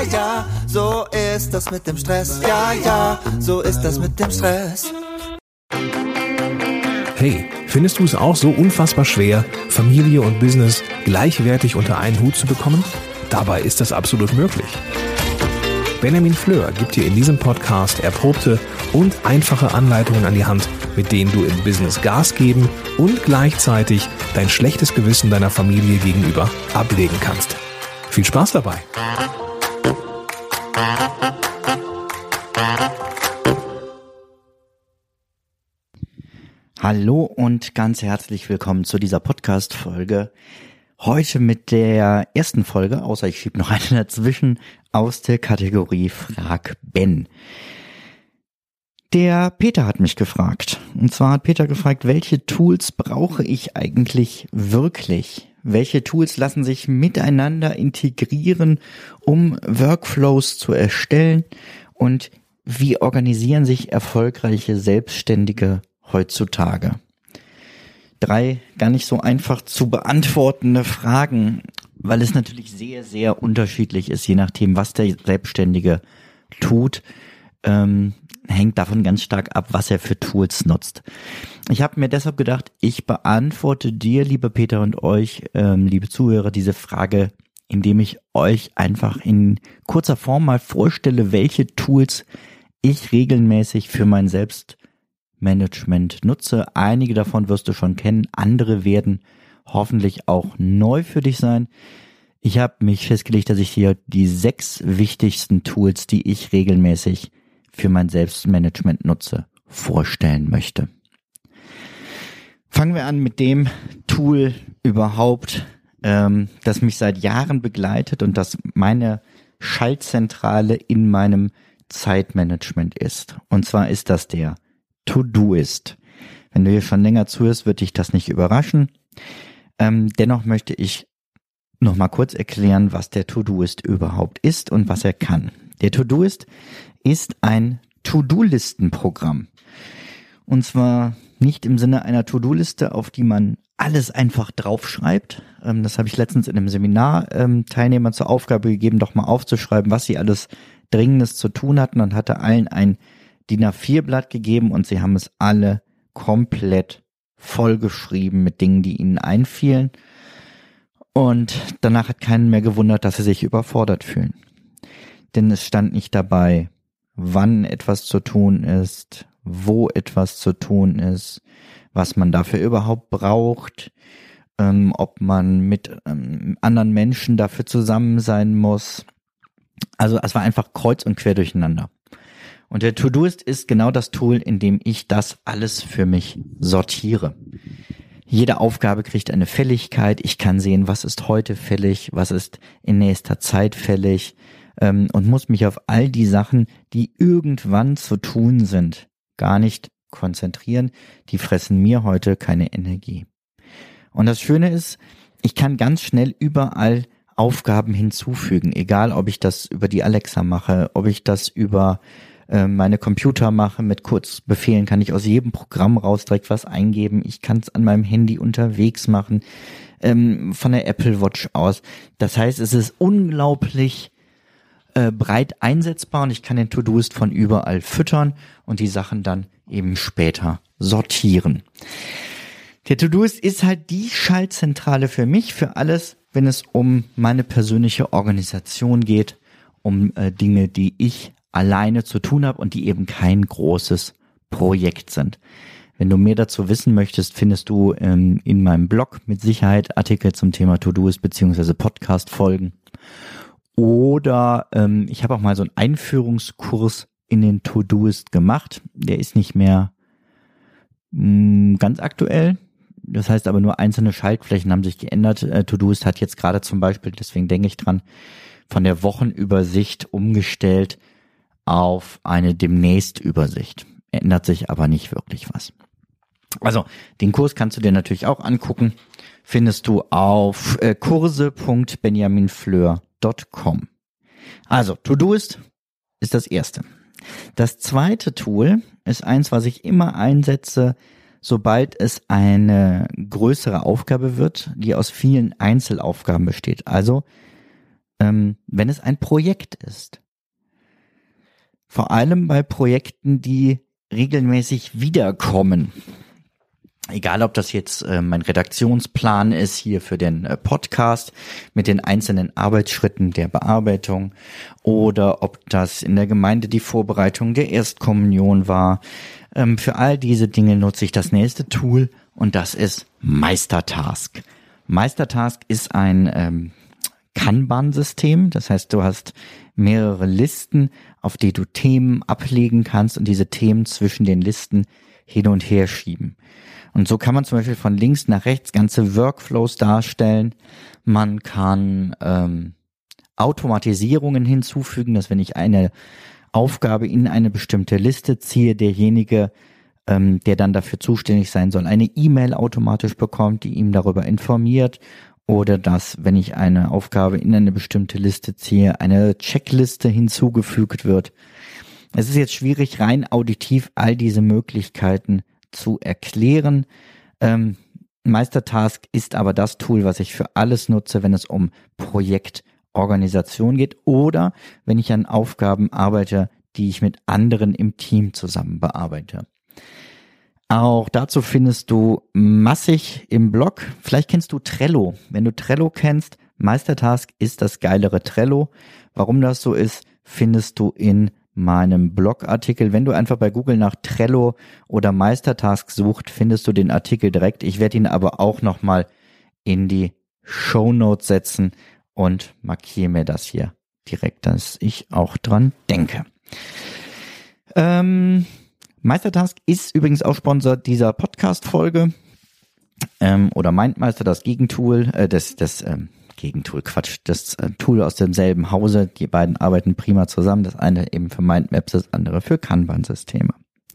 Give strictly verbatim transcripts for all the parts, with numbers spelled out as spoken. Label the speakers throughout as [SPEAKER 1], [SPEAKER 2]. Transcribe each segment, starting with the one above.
[SPEAKER 1] ja, so ist das mit dem Stress. Ja, ja, so ist das mit dem Stress.
[SPEAKER 2] Hey, findest du es auch so unfassbar schwer, Familie und Business gleichwertig unter einen Hut zu bekommen? Dabei ist das absolut möglich. Benjamin Fleur gibt dir in diesem Podcast erprobte und einfache Anleitungen an die Hand, mit denen du im Business Gas geben und gleichzeitig dein schlechtes Gewissen deiner Familie gegenüber ablegen kannst. Viel Spaß dabei!
[SPEAKER 3] Hallo und ganz herzlich willkommen zu dieser Podcast-Folge. Heute mit der ersten Folge, außer ich schiebe noch eine dazwischen, aus der Kategorie Frag Ben. Der Peter hat mich gefragt. Und zwar hat Peter gefragt, welche Tools brauche ich eigentlich wirklich? Welche Tools lassen sich miteinander integrieren, um Workflows zu erstellen? Und wie organisieren sich erfolgreiche Selbstständige heutzutage? Drei gar nicht so einfach zu beantwortende Fragen, weil es natürlich sehr, sehr unterschiedlich ist, je nachdem, was der Selbstständige tut, ähm, hängt davon ganz stark ab, was er für Tools nutzt. Ich habe mir deshalb gedacht, ich beantworte dir, lieber Peter, und euch, ähm, liebe Zuhörer, diese Frage, indem ich euch einfach in kurzer Form mal vorstelle, welche Tools ich regelmäßig für mein Selbstmanagement nutze. Einige davon wirst du schon kennen, andere werden hoffentlich auch neu für dich sein. Ich habe mich festgelegt, dass ich hier die sechs wichtigsten Tools, die ich regelmäßig für mein Selbstmanagement nutze, vorstellen möchte. Fangen wir an mit dem Tool überhaupt, ähm, das mich seit Jahren begleitet und das meine Schaltzentrale in meinem Zeitmanagement ist. Und zwar ist das der Todoist. Wenn du hier schon länger zuhörst, wird dich das nicht überraschen. Ähm, dennoch möchte ich noch mal kurz erklären, was der Todoist überhaupt ist und was er kann. Der Todoist ist ein To-Do-Listen-Programm. Und zwar nicht im Sinne einer To-Do-Liste, auf die man alles einfach draufschreibt. Ähm, das habe ich letztens in einem Seminar ähm, Teilnehmern zur Aufgabe gegeben, doch mal aufzuschreiben, was sie alles Dringendes zu tun hatten, und hatte allen ein D I N A vier Blatt gegeben und sie haben es alle komplett vollgeschrieben mit Dingen, die ihnen einfielen. Und danach hat keinen mehr gewundert, dass sie sich überfordert fühlen. Denn es stand nicht dabei, wann etwas zu tun ist, wo etwas zu tun ist, was man dafür überhaupt braucht, ähm, ob man mit ähm, anderen Menschen dafür zusammen sein muss. Also es war einfach kreuz und quer durcheinander. Und der Todoist ist genau das Tool, in dem ich das alles für mich sortiere. Jede Aufgabe kriegt eine Fälligkeit. Ich kann sehen, was ist heute fällig, was ist in nächster Zeit fällig, ähm, und muss mich auf all die Sachen, die irgendwann zu tun sind, gar nicht konzentrieren. Die fressen mir heute keine Energie. Und das Schöne ist, ich kann ganz schnell überall Aufgaben hinzufügen, egal ob ich das über die Alexa mache, ob ich das über äh, meine Computer mache, mit Kurzbefehlen kann ich aus jedem Programm raus direkt was eingeben, ich kann es an meinem Handy unterwegs machen, ähm, von der Apple Watch aus. Das heißt, es ist unglaublich äh, breit einsetzbar und ich kann den Todoist von überall füttern und die Sachen dann eben später sortieren. Der Todoist ist halt die Schaltzentrale für mich, für alles, wenn es um meine persönliche Organisation geht, um äh, Dinge, die ich alleine zu tun habe und die eben kein großes Projekt sind. Wenn du mehr dazu wissen möchtest, findest du ähm, in meinem Blog mit Sicherheit Artikel zum Thema Todoist beziehungsweise Podcast-Folgen. Oder ähm, ich habe auch mal so einen Einführungskurs in den Todoist gemacht. Der ist nicht mehr mh, ganz aktuell. Das heißt aber, nur einzelne Schaltflächen haben sich geändert. Äh, Todoist hat jetzt gerade zum Beispiel, deswegen denke ich dran, von der Wochenübersicht umgestellt auf eine Demnächst-Übersicht. Ändert sich aber nicht wirklich was. Also, den Kurs kannst du dir natürlich auch angucken. Findest du auf äh, kurse punkt benjamin fleur punkt com. Also, Todoist ist das erste. Das zweite Tool ist eins, was ich immer einsetze, sobald es eine größere Aufgabe wird, die aus vielen Einzelaufgaben besteht. Also ähm, wenn es ein Projekt ist. Vor allem bei Projekten, die regelmäßig wiederkommen. Egal, ob das jetzt äh, mein Redaktionsplan ist hier für den äh, Podcast mit den einzelnen Arbeitsschritten der Bearbeitung oder ob das in der Gemeinde die Vorbereitung der Erstkommunion war. Ähm, für all diese Dinge nutze ich das nächste Tool und das ist Meistertask. Meistertask ist ein ähm, Kanban-System, das heißt, du hast mehrere Listen, auf die du Themen ablegen kannst und diese Themen zwischen den Listen hin und her schieben. Und so kann man zum Beispiel von links nach rechts ganze Workflows darstellen. Man kann ähm, Automatisierungen hinzufügen, dass wenn ich eine Aufgabe in eine bestimmte Liste ziehe, derjenige, ähm, der dann dafür zuständig sein soll, eine E-Mail automatisch bekommt, die ihm darüber informiert. Oder dass, wenn ich eine Aufgabe in eine bestimmte Liste ziehe, eine Checkliste hinzugefügt wird. Es ist jetzt schwierig, rein auditiv all diese Möglichkeiten zu erklären. Ähm, Meistertask ist aber das Tool, was ich für alles nutze, wenn es um Projektorganisation geht oder wenn ich an Aufgaben arbeite, die ich mit anderen im Team zusammen bearbeite. Auch dazu findest du massig im Blog. Vielleicht kennst du Trello. Wenn du Trello kennst, Meistertask ist das geilere Trello. Warum das so ist, findest du in meinem Blogartikel. Wenn du einfach bei Google nach Trello oder Meistertask suchst, findest du den Artikel direkt. Ich werde ihn aber auch nochmal in die Shownotes setzen und markiere mir das hier direkt, dass ich auch dran denke. Ähm... Meistertask ist übrigens auch Sponsor dieser Podcast-Folge ähm, oder MindMeister, das Gegentool, äh, das, das ähm, Gegentool, Quatsch, das äh, Tool aus demselben Hause. Die beiden arbeiten prima zusammen. Das eine eben für Mindmaps, das andere für Kanban-Systeme.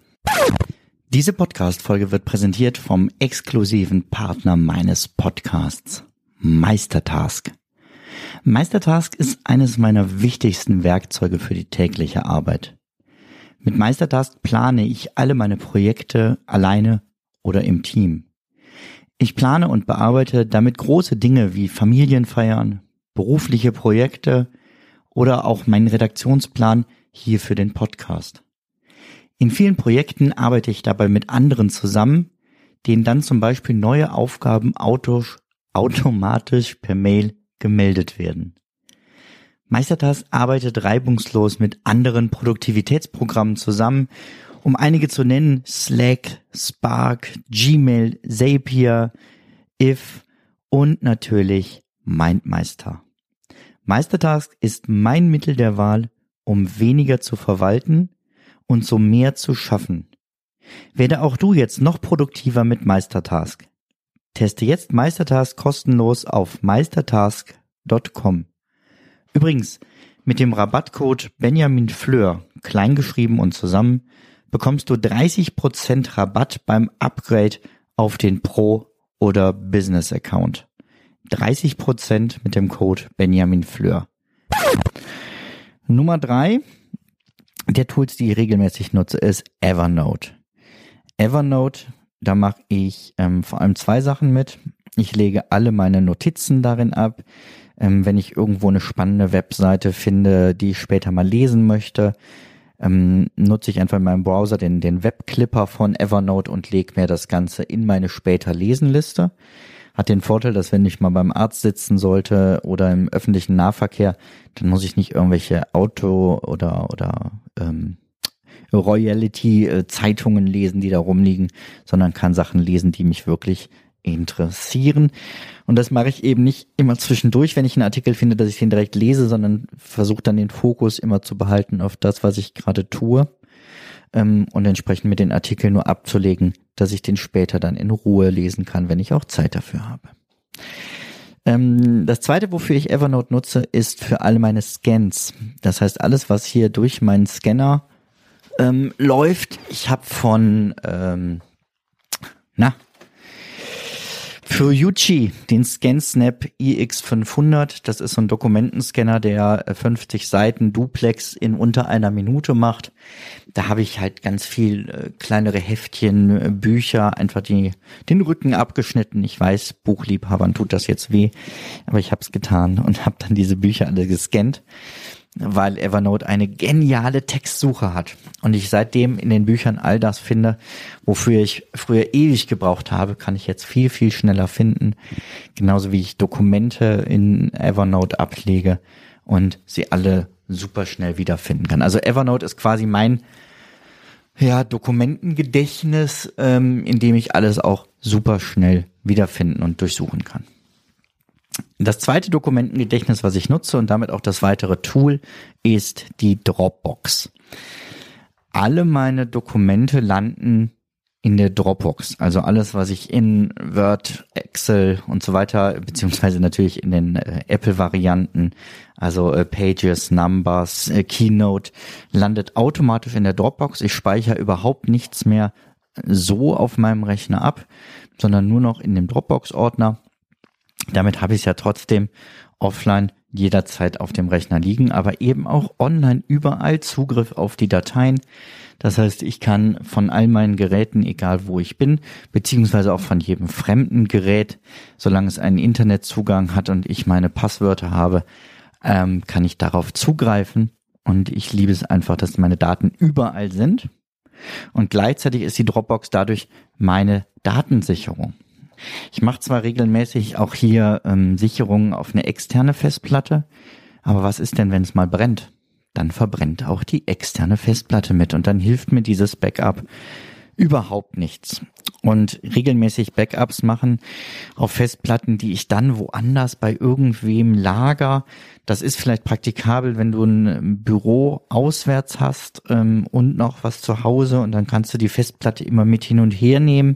[SPEAKER 3] Diese Podcast-Folge wird präsentiert vom exklusiven Partner meines Podcasts, Meistertask. Meistertask ist eines meiner wichtigsten Werkzeuge für die tägliche Arbeit. Mit Meistertask plane ich alle meine Projekte alleine oder im Team. Ich plane und bearbeite damit große Dinge wie Familienfeiern, berufliche Projekte oder auch meinen Redaktionsplan hier für den Podcast. In vielen Projekten arbeite ich dabei mit anderen zusammen, denen dann zum Beispiel neue Aufgaben autos, automatisch per Mail gemeldet werden. Meistertask arbeitet reibungslos mit anderen Produktivitätsprogrammen zusammen, um einige zu nennen: Slack, Spark, Gmail, Zapier, If und natürlich MindMeister. Meistertask ist mein Mittel der Wahl, um weniger zu verwalten und so mehr zu schaffen. Werde auch du jetzt noch produktiver mit Meistertask. Teste jetzt Meistertask kostenlos auf meistertask punkt com. Übrigens, mit dem Rabattcode Benjamin Fleur, kleingeschrieben und zusammen, bekommst du dreißig Prozent Rabatt beim Upgrade auf den Pro- oder Business-Account. dreißig Prozent mit dem Code Benjamin Fleur. Nummer drei der Tools, die ich regelmäßig nutze, ist Evernote. Evernote, da mache ich ähm, vor allem zwei Sachen mit. Ich lege alle meine Notizen darin ab. Ähm, wenn ich irgendwo eine spannende Webseite finde, die ich später mal lesen möchte, ähm, nutze ich einfach in meinem Browser den, den Webclipper von Evernote und lege mir das Ganze in meine später Lesenliste. Hat den Vorteil, dass wenn ich mal beim Arzt sitzen sollte oder im öffentlichen Nahverkehr, dann muss ich nicht irgendwelche Auto- oder oder ähm, Royalty-Zeitungen lesen, die da rumliegen, sondern kann Sachen lesen, die mich wirklich interessieren. Und das mache ich eben nicht immer zwischendurch, wenn ich einen Artikel finde, dass ich den direkt lese, sondern versuche dann den Fokus immer zu behalten auf das, was ich gerade tue, ähm, und entsprechend mit den Artikeln nur abzulegen, dass ich den später dann in Ruhe lesen kann, wenn ich auch Zeit dafür habe. Ähm, das zweite, wofür ich Evernote nutze, ist für alle meine Scans. Das heißt, alles, was hier durch meinen Scanner ähm, läuft. Ich habe von, ähm, na, Fuyuchi, den ScanSnap i X fünfhundert, das ist so ein Dokumentenscanner, der fünfzig Seiten Duplex in unter einer Minute macht. Da habe ich halt ganz viel äh, kleinere Heftchen, äh, Bücher, einfach die den Rücken abgeschnitten. Ich weiß, Buchliebhabern tut das jetzt weh, aber ich habe es getan und habe dann diese Bücher alle gescannt, weil Evernote eine geniale Textsuche hat und ich seitdem in den Büchern all das finde, wofür ich früher ewig gebraucht habe, kann ich jetzt viel, viel schneller finden. Genauso wie ich Dokumente in Evernote ablege und sie alle super schnell wiederfinden kann. Also Evernote ist quasi mein ja, Dokumentengedächtnis, ähm, in dem ich alles auch super schnell wiederfinden und durchsuchen kann. Das zweite Dokumentengedächtnis, was ich nutze und damit auch das weitere Tool, ist die Dropbox. Alle meine Dokumente landen in der Dropbox. Also alles, was ich in Word, Excel und so weiter, beziehungsweise natürlich in den äh, Apple-Varianten, also äh, Pages, Numbers, äh, Keynote, landet automatisch in der Dropbox. Ich speichere überhaupt nichts mehr so auf meinem Rechner ab, sondern nur noch in dem Dropbox-Ordner. Damit habe ich es ja trotzdem offline jederzeit auf dem Rechner liegen, aber eben auch online überall Zugriff auf die Dateien. Das heißt, ich kann von all meinen Geräten, egal wo ich bin, beziehungsweise auch von jedem fremden Gerät, solange es einen Internetzugang hat und ich meine Passwörter habe, ähm, kann ich darauf zugreifen. Und ich liebe es einfach, dass meine Daten überall sind. Und gleichzeitig ist die Dropbox dadurch meine Datensicherung. Ich mache zwar regelmäßig auch hier ähm, Sicherungen auf eine externe Festplatte, aber was ist denn, wenn es mal brennt? Dann verbrennt auch die externe Festplatte mit und dann hilft mir dieses Backup überhaupt nichts. Und regelmäßig Backups machen auf Festplatten, die ich dann woanders bei irgendwem lager, das ist vielleicht praktikabel, wenn du ein Büro auswärts hast ähm, und noch was zu Hause und dann kannst du die Festplatte immer mit hin und her nehmen.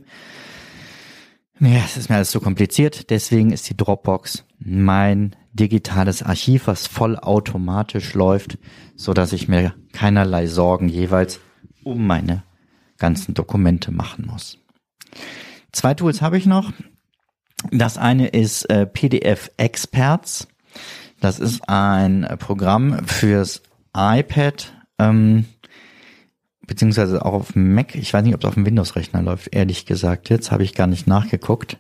[SPEAKER 3] Ja, es ist mir alles zu kompliziert, deswegen ist die Dropbox mein digitales Archiv, was vollautomatisch läuft, so dass ich mir keinerlei Sorgen jeweils um meine ganzen Dokumente machen muss. Zwei Tools habe ich noch. Das eine ist äh, P D F Experts. Das ist ein äh, Programm fürs iPad, ähm, beziehungsweise auch auf dem Mac. Ich weiß nicht, ob es auf dem Windows-Rechner läuft, ehrlich gesagt. Jetzt habe ich gar nicht nachgeguckt.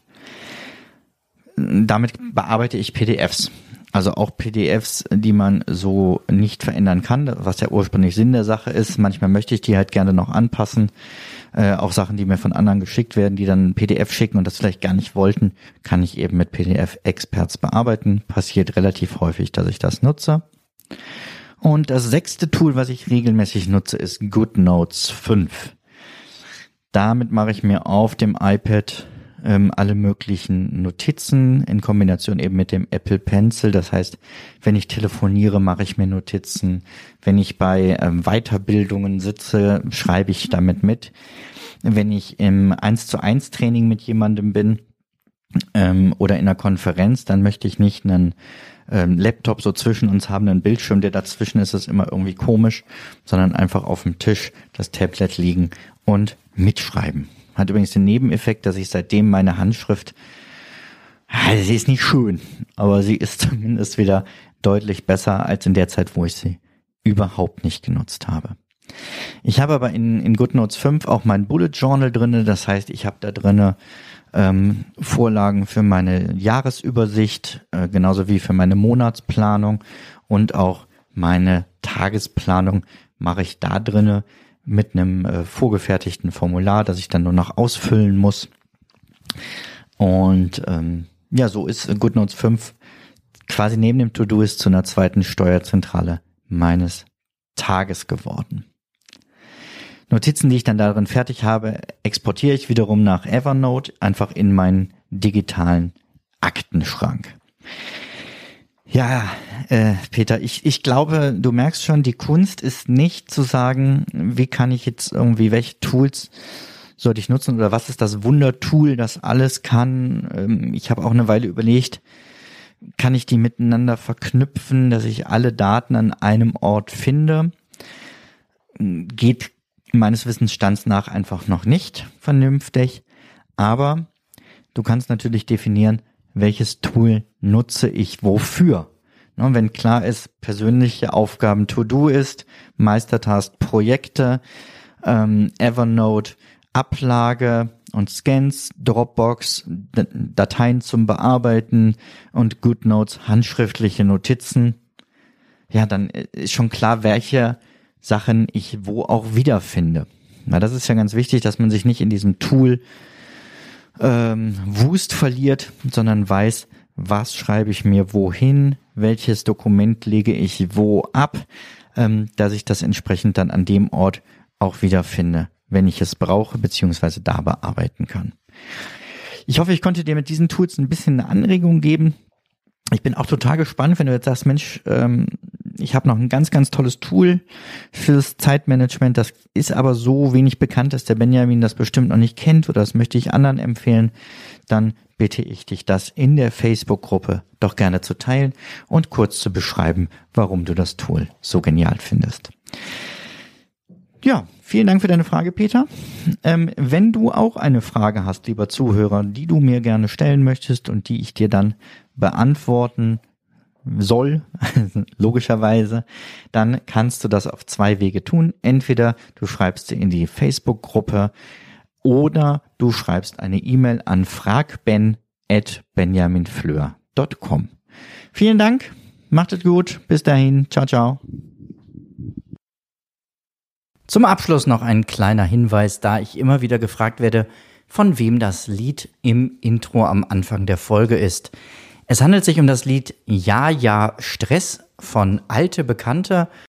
[SPEAKER 3] Damit bearbeite ich P D Fs. Also auch P D Fs, die man so nicht verändern kann, was der ursprünglich Sinn der Sache ist. Manchmal möchte ich die halt gerne noch anpassen. Äh, auch Sachen, die mir von anderen geschickt werden, die dann P D F schicken und das vielleicht gar nicht wollten, kann ich eben mit P D F Experts bearbeiten. Passiert relativ häufig, dass ich das nutze. Und das sechste Tool, was ich regelmäßig nutze, ist GoodNotes fünf. Damit mache ich mir auf dem iPad ähm, alle möglichen Notizen in Kombination eben mit dem Apple Pencil. Das heißt, wenn ich telefoniere, mache ich mir Notizen. Wenn ich bei ähm, Weiterbildungen sitze, schreibe ich damit mit. Wenn ich im eins zu eins Training mit jemandem bin ähm, oder in einer Konferenz, dann möchte ich nicht einen ähm, Laptop so zwischen uns haben, einen Bildschirm, der dazwischen ist, ist immer irgendwie komisch, sondern einfach auf dem Tisch das Tablet liegen und mitschreiben. Hat übrigens den Nebeneffekt, dass ich seitdem meine Handschrift, sie ist nicht schön, aber sie ist zumindest wieder deutlich besser als in der Zeit, wo ich sie überhaupt nicht genutzt habe. Ich habe aber in, in GoodNotes fünf auch mein Bullet Journal drinne, das heißt, ich habe da drinne ähm, Vorlagen für meine Jahresübersicht, äh, genauso wie für meine Monatsplanung und auch meine Tagesplanung mache ich da drinne mit einem äh, vorgefertigten Formular, das ich dann nur noch ausfüllen muss. Und ähm, ja, so ist GoodNotes fünf quasi neben dem To-Doist zu einer zweiten Steuerzentrale meines Tages geworden. Notizen, die ich dann darin fertig habe, exportiere ich wiederum nach Evernote, einfach in meinen digitalen Aktenschrank. Ja, äh, Peter, ich, ich glaube, du merkst schon, die Kunst ist nicht zu sagen, wie kann ich jetzt irgendwie, welche Tools sollte ich nutzen oder was ist das Wundertool, das alles kann. Ähm, ich habe auch eine Weile überlegt, kann ich die miteinander verknüpfen, dass ich alle Daten an einem Ort finde. Geht meines Wissensstands nach einfach noch nicht vernünftig, aber du kannst natürlich definieren, welches Tool nutze ich wofür. Und wenn klar ist, persönliche Aufgaben To-Do ist, Meistertask Projekte, ähm, Evernote Ablage und Scans, Dropbox D- Dateien zum Bearbeiten und GoodNotes handschriftliche Notizen, ja, dann ist schon klar, welche Sachen ich wo auch wiederfinde. Na, das ist ja ganz wichtig, dass man sich nicht in diesem Tool ähm, Wust verliert, sondern weiß, was schreibe ich mir wohin, welches Dokument lege ich wo ab, ähm, dass ich das entsprechend dann an dem Ort auch wiederfinde, wenn ich es brauche, beziehungsweise da bearbeiten kann. Ich hoffe, ich konnte dir mit diesen Tools ein bisschen eine Anregung geben. Ich bin auch total gespannt, wenn du jetzt sagst, Mensch, ähm, ich habe noch ein ganz, ganz tolles Tool fürs Zeitmanagement. Das ist aber so wenig bekannt, dass der Benjamin das bestimmt noch nicht kennt oder das möchte ich anderen empfehlen. Dann bitte ich dich, das in der Facebook-Gruppe doch gerne zu teilen und kurz zu beschreiben, warum du das Tool so genial findest. Ja, vielen Dank für deine Frage, Peter. Ähm, wenn du auch eine Frage hast, lieber Zuhörer, die du mir gerne stellen möchtest und die ich dir dann beantworten soll, logischerweise, dann kannst du das auf zwei Wege tun. Entweder du schreibst sie in die Facebook-Gruppe oder du schreibst eine E-Mail an fragben at benjaminfleur punkt com. Vielen Dank, macht es gut, bis dahin, ciao, ciao. Zum Abschluss noch ein kleiner Hinweis, da ich immer wieder gefragt werde, von wem das Lied im Intro am Anfang der Folge ist. Es handelt sich um das Lied Ja, ja, Stress von Alte Bekannte